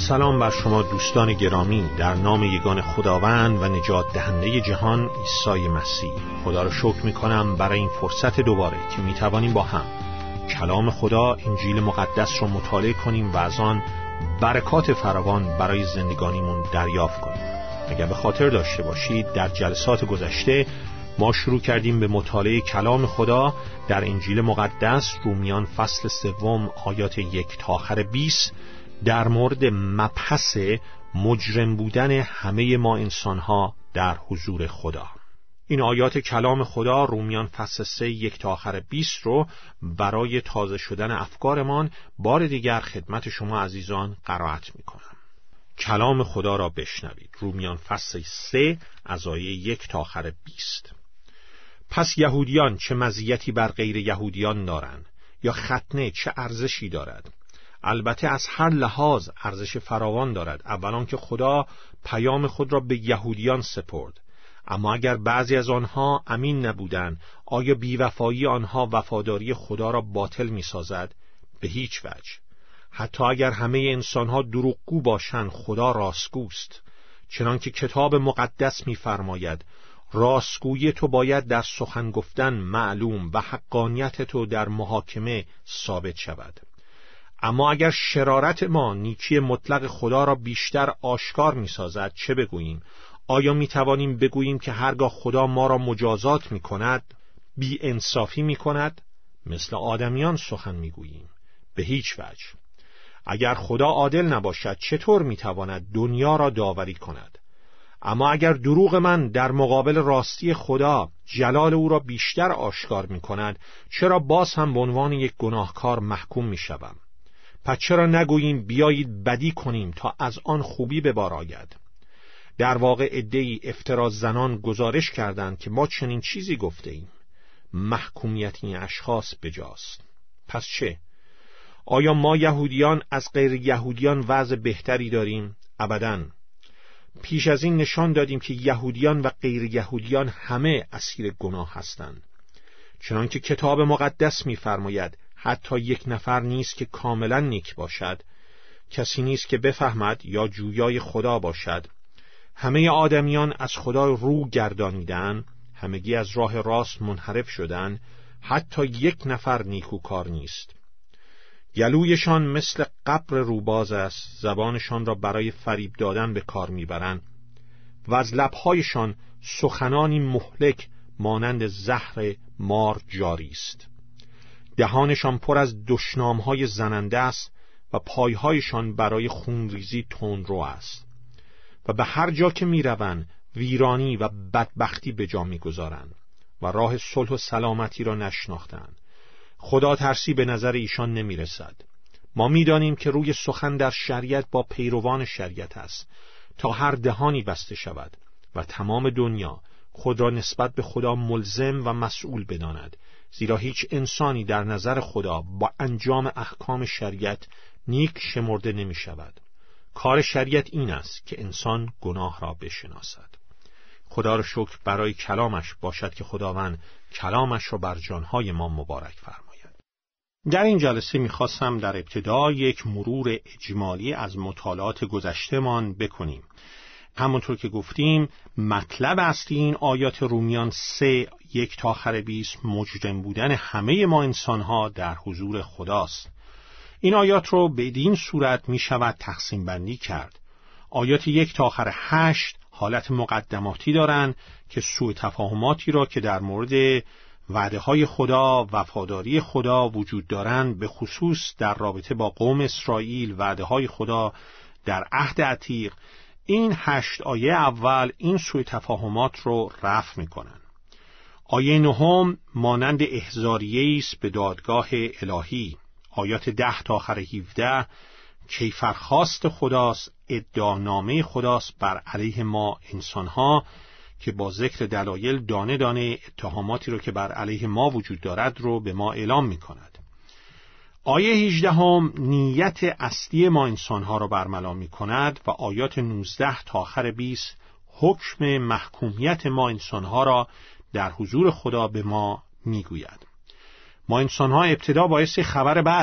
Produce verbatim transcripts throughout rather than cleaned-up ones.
سلام بر شما دوستان گرامی، در نام یگان خداوند و نجات دهنده جهان عیسی مسیح. خدا را شکر می کنم برای این فرصت دوباره که می توانیم با هم کلام خدا، انجیل مقدس را مطالعه کنیم و از آن برکات فراوان برای زندگانیمون دریافت کنیم. اگر به خاطر داشته باشید در جلسات گذشته ما شروع کردیم به مطالعه کلام خدا در انجیل مقدس، رومیان فصل سوم آیات یک تا آخر بیست، در مورد مبحث مجرم بودن همه ما انسانها در حضور خدا. این آیات کلام خدا رومیان فصل سه یک تا آخر بیست رو برای تازه شدن افکارمان بار دیگر خدمت شما عزیزان قرائت می کنم. کلام خدا را بشنوید. رومیان فصل سه از آیه یک تا آخر بیست. پس یهودیان چه مزیتی بر غیر یهودیان دارند؟ یا ختنه چه ارزشی دارد؟ البته از هر لحاظ ارزش فراوان دارد. اولا که خدا پیام خود را به یهودیان سپرد، اما اگر بعضی از آنها امین نبودند، آیا بیوفایی آنها وفاداری خدا را باطل می سازد؟ به هیچ وجه. حتی اگر همه انسانها دروغگو باشند، خدا راستگوست، چنانکه کتاب مقدس می فرماید راستگویی تو باید در سخن گفتن معلوم و حقانیت تو در محاکمه ثابت شود. اما اگر شرارت ما نیکی مطلق خدا را بیشتر آشکار می سازد، چه بگوییم؟ آیا می توانیم بگوییم که هرگاه خدا ما را مجازات می کند بی انصافی می کند؟ مثل آدمیان سخن می گوییم؟ به هیچ وجه. اگر خدا عادل نباشد چطور می تواند دنیا را داوری کند؟ اما اگر دروغ من در مقابل راستی خدا جلال او را بیشتر آشکار می کند، چرا باز هم به عنوان یک گناهکار محکوم می شوم؟ پس چرا نگوییم بیایید بدی کنیم تا از آن خوبی به بار آید؟ در واقع عده‌ای افترا زنان گزارش کردند که ما چنین چیزی گفته ایم. محکومیت این اشخاص بجاست. پس چه؟ آیا ما یهودیان از غیر یهودیان وضع بهتری داریم؟ ابداً. پیش از این نشان دادیم که یهودیان و غیر یهودیان همه اسیر گناه هستند. چنانکه کتاب مقدس می‌فرماید حتی یک نفر نیست که کاملا نیک باشد، کسی نیست که بفهمد یا جویای خدا باشد. همه آدمیان از خدا رو گردانیدن، همگی از راه راست منحرف شدن، حتی یک نفر نیکوکار نیست. گلویشان مثل قبر روباز است، زبانشان را برای فریب دادن به کار میبرند و از لبهایشان سخنانی مهلک مانند زهر مار جاری است. دهانشان پر از دشنامهای زننده است و پایهایشان برای خونریزی تندرو است و به هر جا که میروند ویرانی و بدبختی به جا میگذارند و راه صلح و سلامتی را نشناختند. خدا ترسی به نظر ایشان نمی رسد. ما می دانیم که روی سخن در شریعت با پیروان شریعت است تا هر دهانی بسته شود و تمام دنیا خود را نسبت به خدا ملزم و مسئول بداند، زیرا هیچ انسانی در نظر خدا با انجام احکام شریعت نیک شمرده نمی شود. کار شریعت این است که انسان گناه را بشناسد. خدا را شکر برای کلامش باشد که خداوند کلامش را بر جانهای ما مبارک فرماید. در این جلسه می‌خواستم در ابتدا یک مرور اجمالی از مطالعات گذشته‌مان بکنیم. همونطور که گفتیم مطلب اصلی این آیات رومیان سه یک تا آخر بیست مجرم بودن همه ما انسان‌ها در حضور خداست. این آیات رو بدین صورت می‌شود تقسیم بندی کرد. آیات یک تا آخر هشت حالت مقدماتی دارند که سوء تفاهماتی را که در مورد وعده های خدا، وفاداری خدا وجود دارند، به خصوص در رابطه با قوم اسرائیل، وعده های خدا در عهد عتیق، این هشت آیه اول این سوء تفاهمات رو رفع میکنن. آیه نهم مانند احضاریه است به دادگاه الهی. آیات ده تا آخر هفده کیفرخواست خداست، ادعانامه خداست بر علیه ما انسانها که با ذکر دلایل دانه دانه اتهاماتی رو که بر علیه ما وجود دارد رو به ما اعلام می کند. آیه هجده هم نیت اصلی ما انسانها را برملا می کند و آیات نوزده تا آخر بیست حکم محکومیت ما انسانها را در حضور خدا به ما می گوید. ما انسانها ابتدا باعث خبر بد،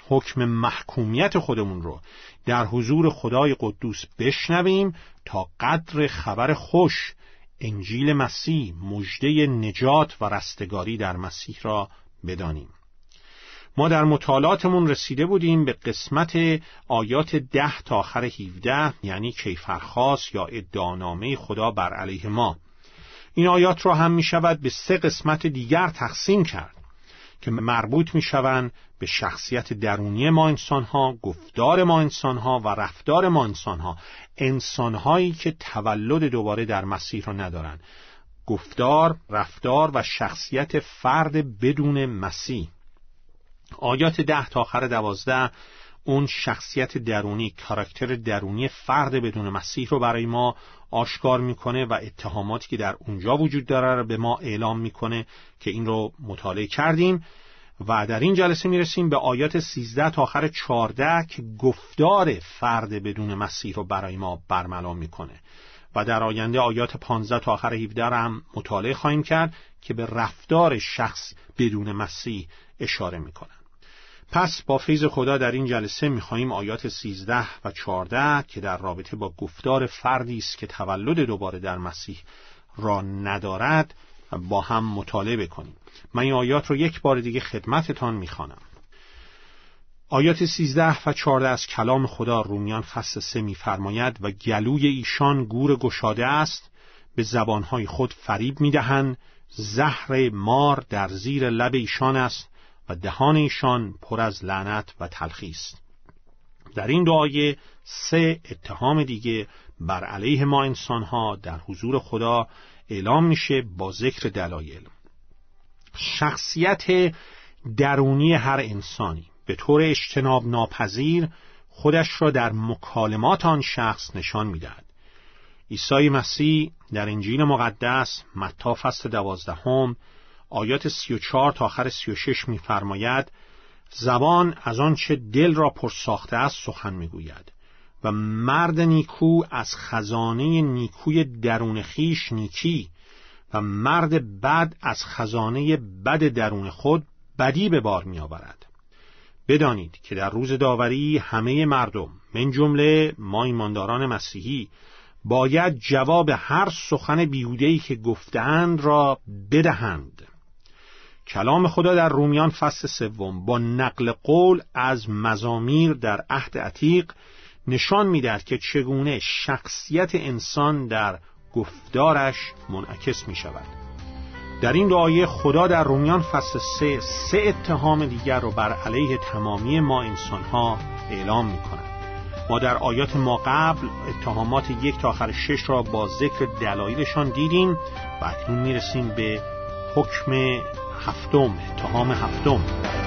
حکم محکومیت خودمون رو در حضور خدای قدوس بشنویم تا قدر خبر خوش، انجیل مسیح، مژده نجات و رستگاری در مسیح را بدانیم. ما در مطالعاتمون رسیده بودیم به قسمت آیات ده تا آخر هفده، یعنی کیفرخواست یا ادعانامه خدا بر علیه ما. این آیات را هم می شود به سه قسمت دیگر تقسیم کرد که مربوط می شوند به شخصیت درونی ما انسانها، گفتار ما انسانها و رفتار ما انسانها، انسانهایی که تولد دوباره در مسیح را ندارند. گفتار، رفتار و شخصیت فرد بدون مسیح. آیات ده تا آخر دوازده اون شخصیت درونی، کاراکتر درونی فرد بدون مسیح رو برای ما آشکار میکنه و اتهاماتی که در اونجا وجود داره رو به ما اعلام میکنه که این رو مطالعه کردیم و در این جلسه میرسیم به آیات سیزده تا آخر چهارده که گفتار فرد بدون مسیح رو برای ما برملا میکنه و در آینده آیات پانزده تا آخر هفده رو هم مطالعه خواهیم کرد که به رفتار شخص بدون مسیح اشاره میکنه. پس با فیض خدا در این جلسه می‌خواهیم آیات سیزده و چهارده که در رابطه با گفتار فردی است که تولد دوباره در مسیح را ندارد با هم مطالعه بکنیم. من این آیات رو یک بار دیگه خدمتتان می‌خوانم. آیات سیزده و چهارده از کلام خدا، رومیان فصل سه می‌فرماید و گلوی ایشان گور گشاده است، به زبانهای خود فریب می‌دهند، زهر مار در زیر لب ایشان است و دهان ایشان پر از لعنت و تلخی است. در این دو آیه سه اتهام دیگه بر علیه ما انسانها در حضور خدا اعلام میشه با ذکر دلایل. شخصیت درونی هر انسانی به طور اجتناب ناپذیر خودش را در مکالمات آن شخص نشان میدهد. عیسی مسیح در انجیل مقدس متی فصل دوازدهم آیات سی و چهار تا آخر سی و شش می‌فرماید زبان از آن چه دل را پر ساخته است سخن می‌گوید و مرد نیکو از خزانه نیکوی درون خیش نیکی و مرد بد از خزانه بد درون خود بدی به بار می‌آورد. بدانید که در روز داوری همه مردم من جمله ما ایمانداران مسیحی باید جواب هر سخن بیهوده‌ای که گفتند را بدهند. کلام خدا در رومیان فصل سوم با نقل قول از مزامیر در عهد عتیق نشان می‌دهد که چگونه شخصیت انسان در گفتارش منعکس می‌شود. در این دو آیه خدا در رومیان فصل سه سه اتهام دیگر رو بر علیه تمامی ما انسان‌ها اعلام می‌کند. ما در آیات ما قبل اتهامات یک تا آخر شش را با ذکر دلایلشان دیدیم و اکنون می‌رسیم به حکم هفتم، اتهام هفتم.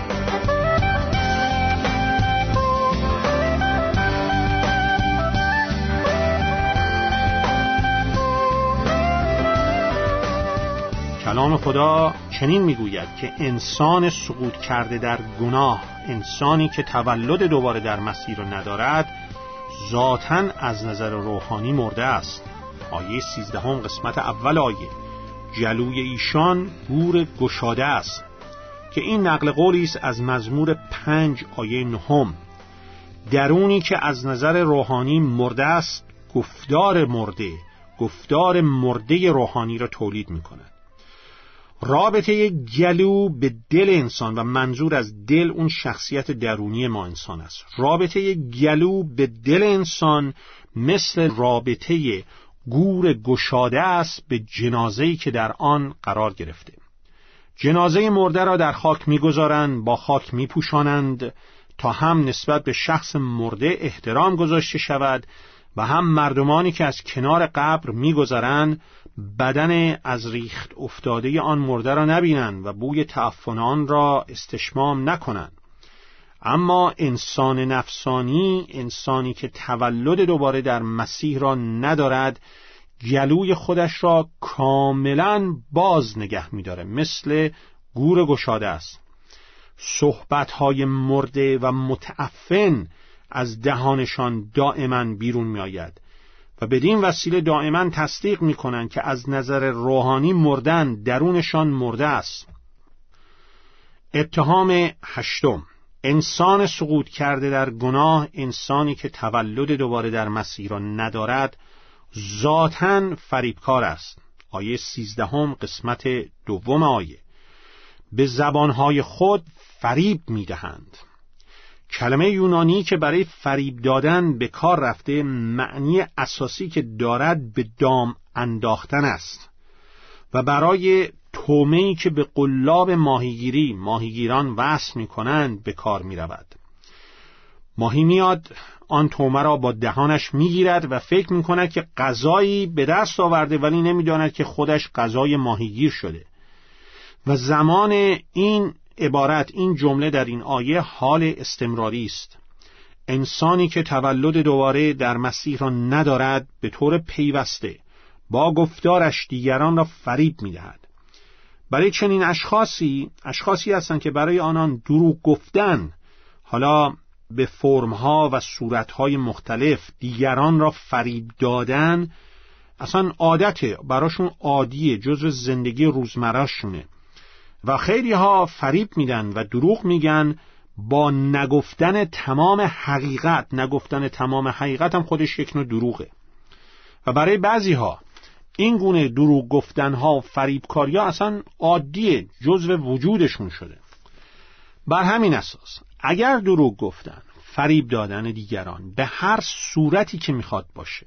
کلام خدا چنین میگوید که انسان سقوط کرده در گناه، انسانی که تولد دوباره در مسیح را ندارد، ذاتاً از نظر روحانی مرده است. آیه سیزدهم قسمت اول آیه، گلوی ایشان گور گشاده است، که این نقل قولی است از مزمور پنج آیه نهم. درونی که از نظر روحانی مرده است، گفتار مرده، گفتار مرده روحانی را تولید می کند. رابطه گلو به دل انسان و منظور از دل اون شخصیت درونی ما انسان است. رابطه گلو به دل انسان مثل رابطه گور گشاده است به جنازه‌ای که در آن قرار گرفته. جنازه مرده را در خاک می‌گذارند، با خاک می‌پوشانند تا هم نسبت به شخص مرده احترام گذاشته شود و هم مردمانی که از کنار قبر می‌گذرند بدن از ریخت افتاده آن مرده را نبینند و بوی تعفن آن را استشمام نکنند. اما انسان نفسانی، انسانی که تولد دوباره در مسیح را ندارد، گلوی خودش را کاملا باز نگه می‌داره، مثل گور گشاده است. صحبت‌های مرده و متعفن از دهانشان دائما بیرون می‌آید و بدین وسیله دائما تصدیق می‌کنند که از نظر روحانی مردن، درونشان مرده است. اتهام هشتم، انسان سقوط کرده در گناه، انسانی که تولد دوباره در مسیح را ندارد، ذاتاً فریبکار است. آیه سیزدهم قسمت دوم آیه: به زبانهای خود فریب میدهند. کلمه یونانی که برای فریب دادن به کار رفته، معنی اساسی که دارد به دام انداختن است و برای تومه‌ای که به قلاب ماهیگیری ماهیگیران وصل می‌کنند به کار می‌رود. ماهی میاد، آن تومه را با دهانش می‌گیرد و فکر می‌کند که غذایی به دست آورده، ولی نمی‌داند که خودش غذای ماهیگیر شده. و زمان این عبارت، این جمله در این آیه حال استمراری است. انسانی که تولد دوباره در مسیح را ندارد، به طور پیوسته با گفتارش دیگران را فریب می‌دهد. برای چنین اشخاصی اشخاصی هستند که برای آنان دروغ گفتن، حالا به فرم‌ها و صورت‌های مختلف دیگران را فریب دادن، اصلا عادته، براشون عادیه، جزو زندگی روزمره‌شونه. و خیلی ها فریب میدن و دروغ میگن با نگفتن تمام حقیقت. نگفتن تمام حقیقت هم خودش یک نوع دروغه. و برای بعضی ها این گونه دروغ گفتن ها و فریبکاری ها اصلا عادیه، جزو وجودشون شده. بر همین اساس اگر دروغ گفتن، فریب دادن دیگران به هر صورتی که میخواد باشه،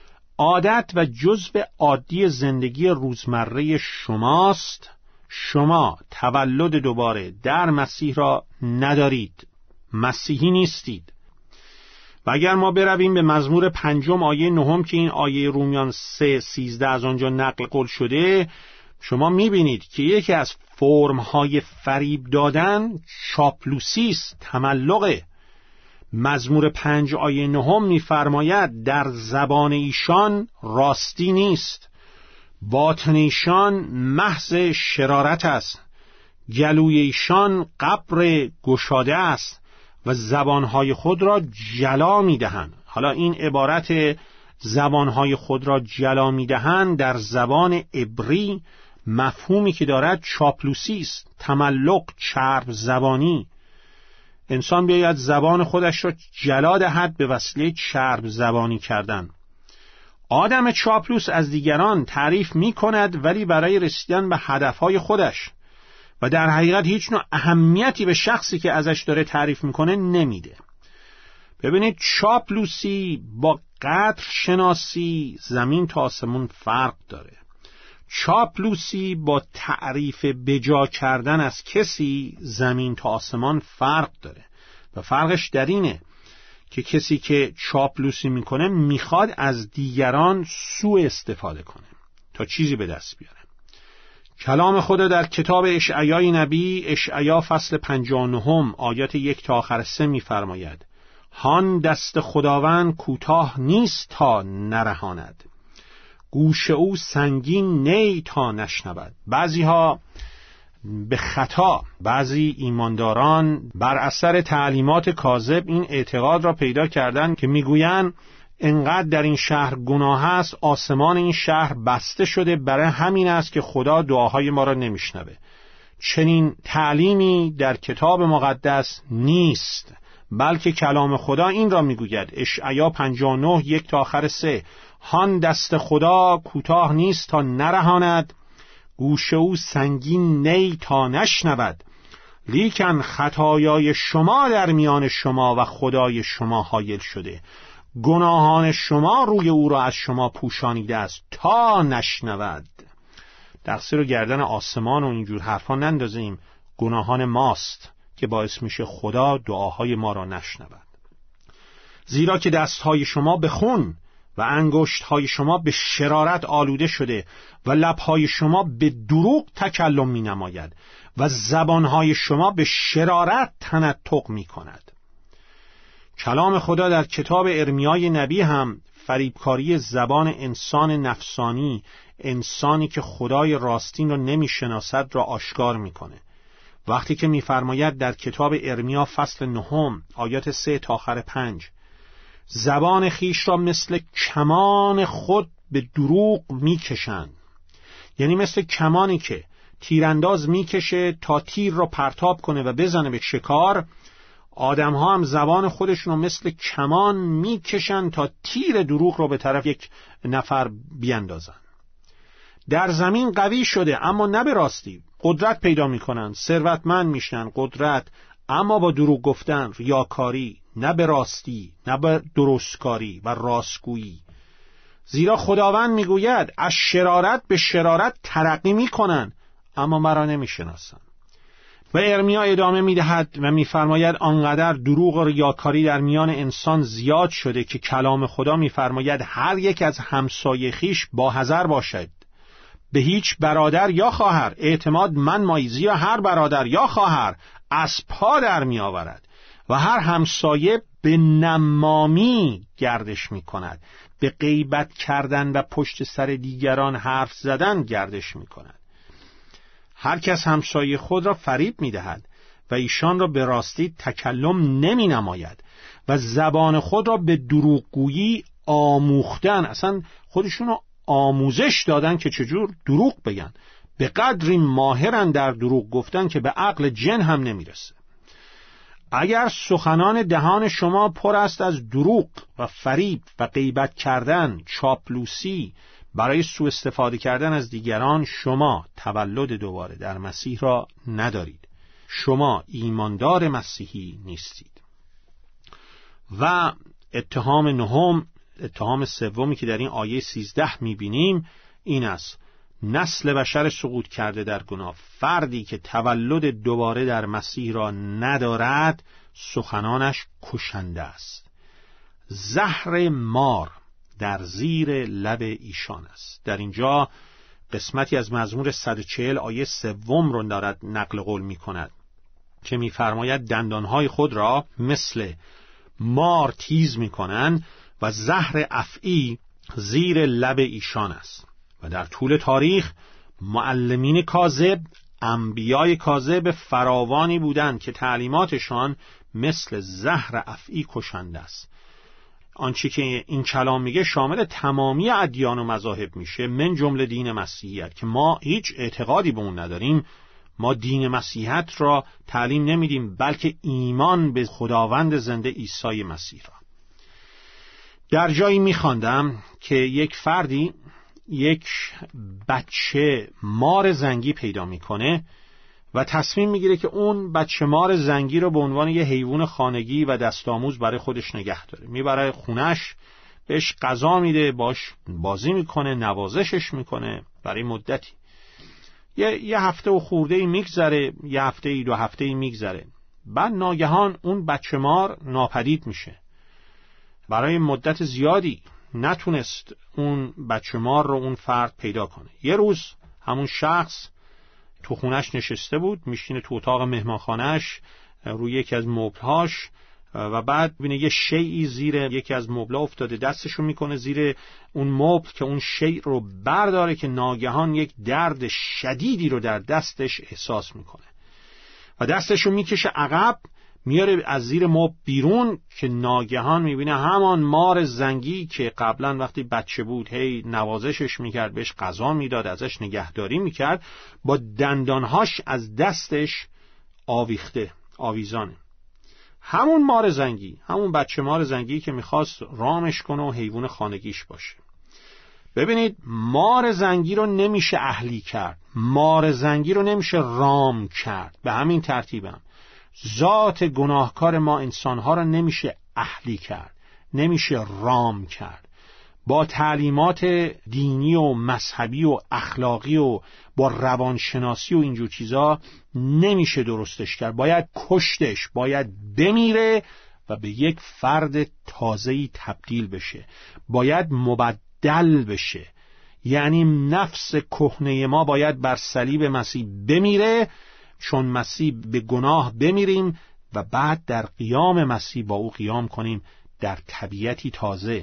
عادت و جزو عادی زندگی روزمره شماست، شما تولد دوباره در مسیح را ندارید، مسیحی نیستید. و اگر ما برویم به مزمور پنجم آیه نهم که این آیه رومیان سه سیزده از آنجا نقل قول شده، شما میبینید که یکی از فرم‌های فریب دادن چاپلوسی است، تملقه. مزمور پنج آیه نهم میفرماید در زبان ایشان راستی نیست، باطن ایشان محض شرارت است، گلوی ایشان قبر گشاده است و زبانهای خود را جلا میدهند. حالا این عبارت زبانهای خود را جلا میدهند در زبان عبری مفهومی که دارد چاپلوسی است، تملق، چرب زبانی. انسان بیاید زبان خودش را جلا دهد به وسیله چرب زبانی کردن. آدم چاپلوس از دیگران تعریف می کند، ولی برای رسیدن به هدفهای خودش و در حقیقت هیچ نوع اهمیتی به شخصی که ازش داره تعریف میکنه نمیده. ببینید، چاپلوسی با قدر شناسی زمین تا آسمون فرق داره. چاپلوسی با تعریف بجا کردن از کسی زمین تا آسمان فرق داره و فرقش در اینه که کسی که چاپلوسی میکنه میخواد از دیگران سوء استفاده کنه تا چیزی به دست بیاره. کلام خدا در کتاب اشعیای نبی، اشعیا فصل پنجاه و نه آیات یک تا آخر سه میفرماید: هان دست خداوند کوتاه نیست تا نرهاند، گوش او سنگین نی تا نشنود. بعضی ها به خطا، بعضی ایمانداران بر اثر تعلیمات کاذب این اعتقاد را پیدا کردند که میگویند انقدر در این شهر گناه است، آسمان این شهر بسته شده، برای همین است که خدا دعاهای ما را نمیشنوه. چنین تعلیمی در کتاب مقدس نیست، بلکه کلام خدا این را میگوید. اشعیا پنجاه و نه یک تا آخر سه: هان دست خدا کوتاه نیست تا نرهاند، گوش او سنگین نی تا نشنود، لیکن خطایای شما در میان شما و خدای شما حایل شده، گناهان شما روی او را از شما پوشانیده است تا نشنود. دست رو گردن آسمان و اینجور حرفا نندازیم، گناهان ماست که باعث میشه خدا دعاهای ما را نشنود. زیرا که دستهای شما به خون و انگشت‌های شما به شرارت آلوده شده و لب‌های شما به دروغ تکلم می‌نماید و زبان‌های شما به شرارت تنطق می‌کند. کلام خدا در کتاب ارمیای نبی هم فریبکاری زبان انسان نفسانی، انسانی که خدای راستین را نمی‌شناسد را آشکار می‌کنه. وقتی که می‌فرماید در کتاب ارمیا فصل نهم آیات سه تا آخر پنج: زبان خیش را مثل کمان خود به دروغ میکشند، یعنی مثل کمانی که تیرانداز میکشه تا تیر را پرتاب کنه و بزنه به شکار، آدم ها هم زبان خودشون رو مثل کمان میکشن تا تیر دروغ رو به طرف یک نفر بیندازن. در زمین قوی شده اما نه به راستی، قدرت پیدا میکنن، ثروتمند میشن، قدرت، اما با دروغ گفتن، ریاکاری، نه به راستی، نه به درستکاری و راستگویی. زیرا خداوند میگوید از شرارت به شرارت ترقی میکنن اما مرا نمیشناسن. و ارمیا ادامه میدهد و میفرماید آنقدر دروغ و ریاکاری در میان انسان زیاد شده که کلام خدا میفرماید هر یک از همسایه خویش با حذر باشد. به هیچ برادر یا خواهر اعتماد من مایزی و هر برادر یا خواهر از پا در می آورد و هر همسایه به نمامی گردش می کند، به غیبت کردن و پشت سر دیگران حرف زدن گردش می کند. هر کس همسایه خود را فریب می دهد و ایشان را به راستی تکلم نمی نماید و زبان خود را به دروغگویی آموختن، اصلا خودشون را آموزش دادن که چجور دروغ بگن. به قدری ماهرن در دروغ گفتن که به عقل جن هم نمیرسه. اگر سخنان دهان شما پر است از دروغ و فریب و غیبت کردن، چاپلوسی، برای سوء استفاده کردن از دیگران، شما تولد دوباره در مسیح را ندارید. شما ایماندار مسیحی نیستید. و اتهام نهم، اتهام سومی که در این آیه سیزده میبینیم این است: نسل بشر سقوط کرده در گناه، فردی که تولد دوباره در مسیح را ندارد، سخنانش کشنده است. زهر مار در زیر لب ایشان است. در اینجا قسمتی از مزمور صد و چهل آیه سوم رو دارد نقل قول می کند که می فرماید دندانهای خود را مثل مار تیز می کنند و زهر افعی زیر لب ایشان است. و در طول تاریخ معلمین کاذب، انبیای کاذب فراوانی بودند که تعلیماتشان مثل زهر افعی کشنده است. آنچه که این کلام میگه شامل تمامی ادیان و مذاهب میشه، من جمله دین مسیحیت که ما هیچ اعتقادی به اون نداریم. ما دین مسیحیت را تعلیم نمیدیم، بلکه ایمان به خداوند زنده عیسی مسیح را. در جایی میخواندم که یک فردی یک بچه مار زنگی پیدا میکنه و تصمیم میگیره که اون بچه مار زنگی رو به عنوان یه حیوان خانگی و دستآموز برای خودش نگه داره. میبره خونش، بهش غذا میده، باش بازی میکنه، نوازشش میکنه برای مدتی. یه, یه هفته و خورده ای میگذره، یه هفته ای دو هفته ای میگذره، بعد ناگهان اون بچه مار ناپدید میشه. برای مدت زیادی نتونست اون بچه مار رو اون فرد پیدا کنه. یه روز همون شخص تو خونش نشسته بود، میشینه تو اتاق مهمانخانه‌اش روی یکی از مبل‌هاش و بعد ببینه یه شیئی زیر یکی از مبل‌ها افتاده، دستشو میکنه زیر اون مبل که اون شیء رو برداره که ناگهان یک درد شدیدی رو در دستش احساس میکنه و دستشو میکشه عقب، میاره از زیر مبل بیرون که ناگهان میبینه همان مار زنگی که قبلا وقتی بچه بود هی نوازشش میکرد، بهش غذا میداد، ازش نگهداری میکرد، با دندانهاش از دستش آویخته، آویزانه. همون مار زنگی، همون بچه مار زنگی که میخواست رامش کنه و حیوان خانگیش باشه. ببینید، مار زنگی رو نمیشه اهلی کرد، مار زنگی رو نمیشه رام کرد. به همین ترتیبم ذات گناهکار ما انسانها را نمیشه اهلی کرد، نمیشه رام کرد. با تعلیمات دینی و مذهبی و اخلاقی و با روانشناسی و اینجور چیزا نمیشه درستش کرد. باید کشتش، باید بمیره و به یک فرد تازه‌ای تبدیل بشه، باید مبدل بشه. یعنی نفس کهنه ما باید بر صلیب مسیح بمیره، چون مسیح به گناه بمیریم و بعد در قیام مسیح با او قیام کنیم در طبیعتی تازه.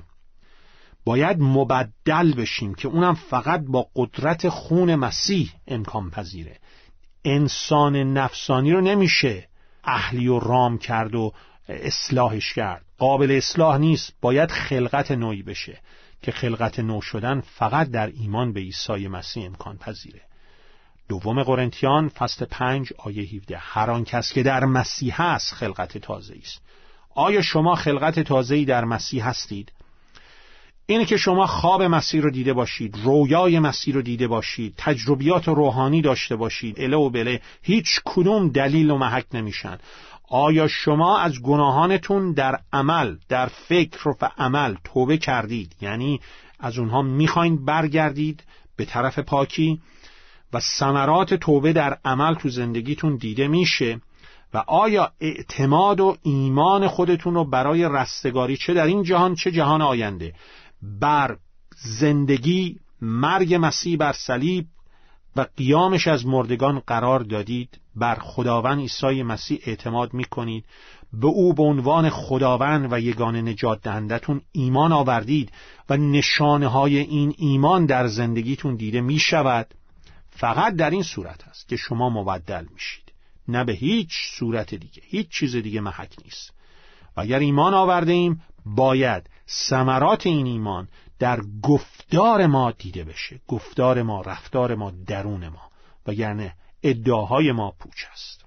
باید مبدل بشیم که اونم فقط با قدرت خون مسیح امکان پذیره. انسان نفسانی رو نمیشه اهلی و رام کرد و اصلاحش کرد، قابل اصلاح نیست. باید خلقت نوعی بشه که خلقت نو شدن فقط در ایمان به عیسی مسیح امکان پذیره. دوم قرنتیان فصل پنج آیه هفده. هر آن کس که در مسیح است خلقت تازه‌ای است. آیا شما خلقت تازه‌ای در مسیح هستید؟ اینه که شما خواب مسیح رو دیده باشید، رویای مسیح رو دیده باشید، تجربیات روحانی داشته باشید، اله و بله، هیچ کدوم دلیل و محک نمیشن. آیا شما از گناهانتون در عمل، در فکر و عمل توبه کردید؟ یعنی از اونها میخواین برگردید به طرف پاکی و ثمرات توبه در عمل تو زندگیتون دیده میشه؟ و آیا اعتماد و ایمان خودتون رو برای رستگاری چه در این جهان چه جهان آینده بر زندگی، مرگ مسیح بر صلیب و قیامش از مردگان قرار دادید؟ بر خداوند عیسی مسیح اعتماد میکنید؟ به او به عنوان خداوند و یگانه نجات دهندتون ایمان آوردید و نشانه های این ایمان در زندگیتون دیده میشود؟ فقط در این صورت هست که شما مبدل میشید، نه به هیچ صورت دیگه. هیچ چیز دیگه محک نیست. و اگر ایمان آورده ایم باید ثمرات این ایمان در گفتار ما دیده بشه، گفتار ما، رفتار ما، درون ما، وگرنه ادعاهای ما پوچ است.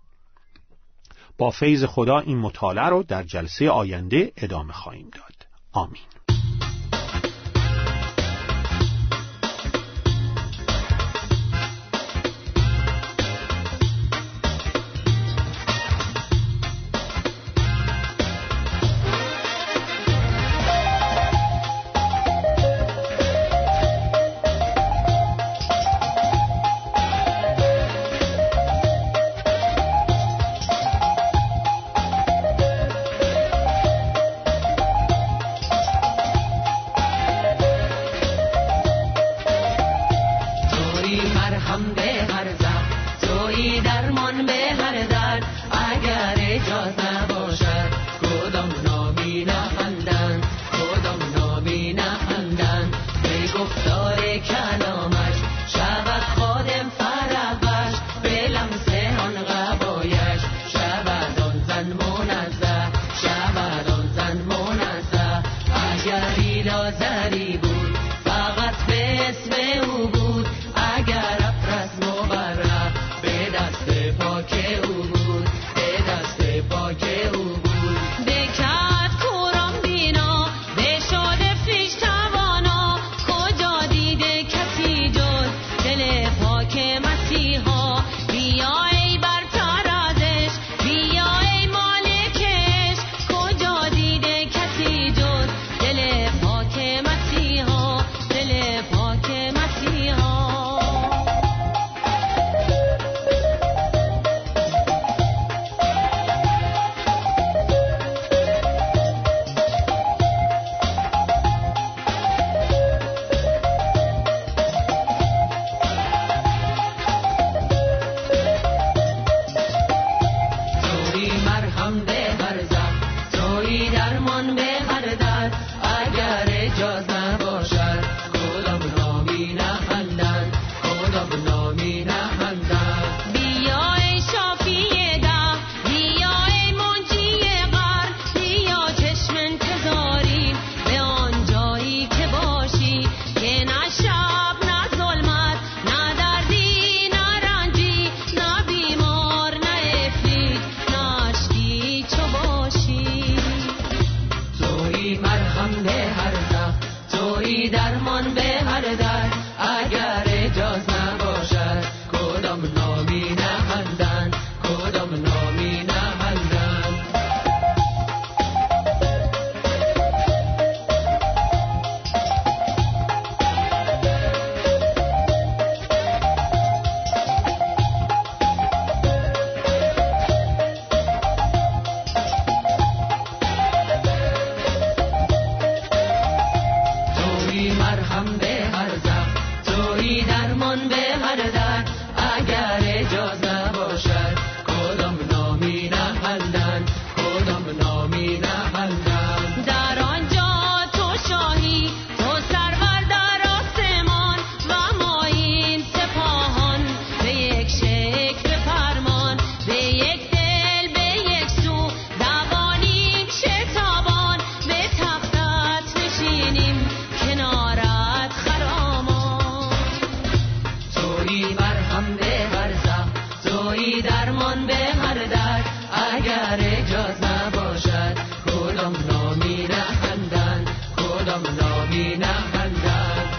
با فیض خدا این مطالعه رو در جلسه آینده ادامه خواهیم داد. آمین. درمان به هر درد، اگر اجاز نباشد کدام نامی نخندند، کدام نامی نخندند.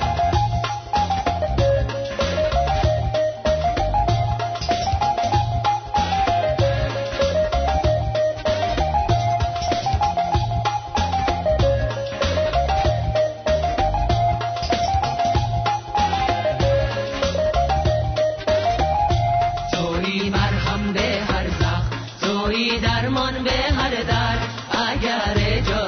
تویی مرهم به هر زخم، تویی درمان به هر درد، اگر اجاز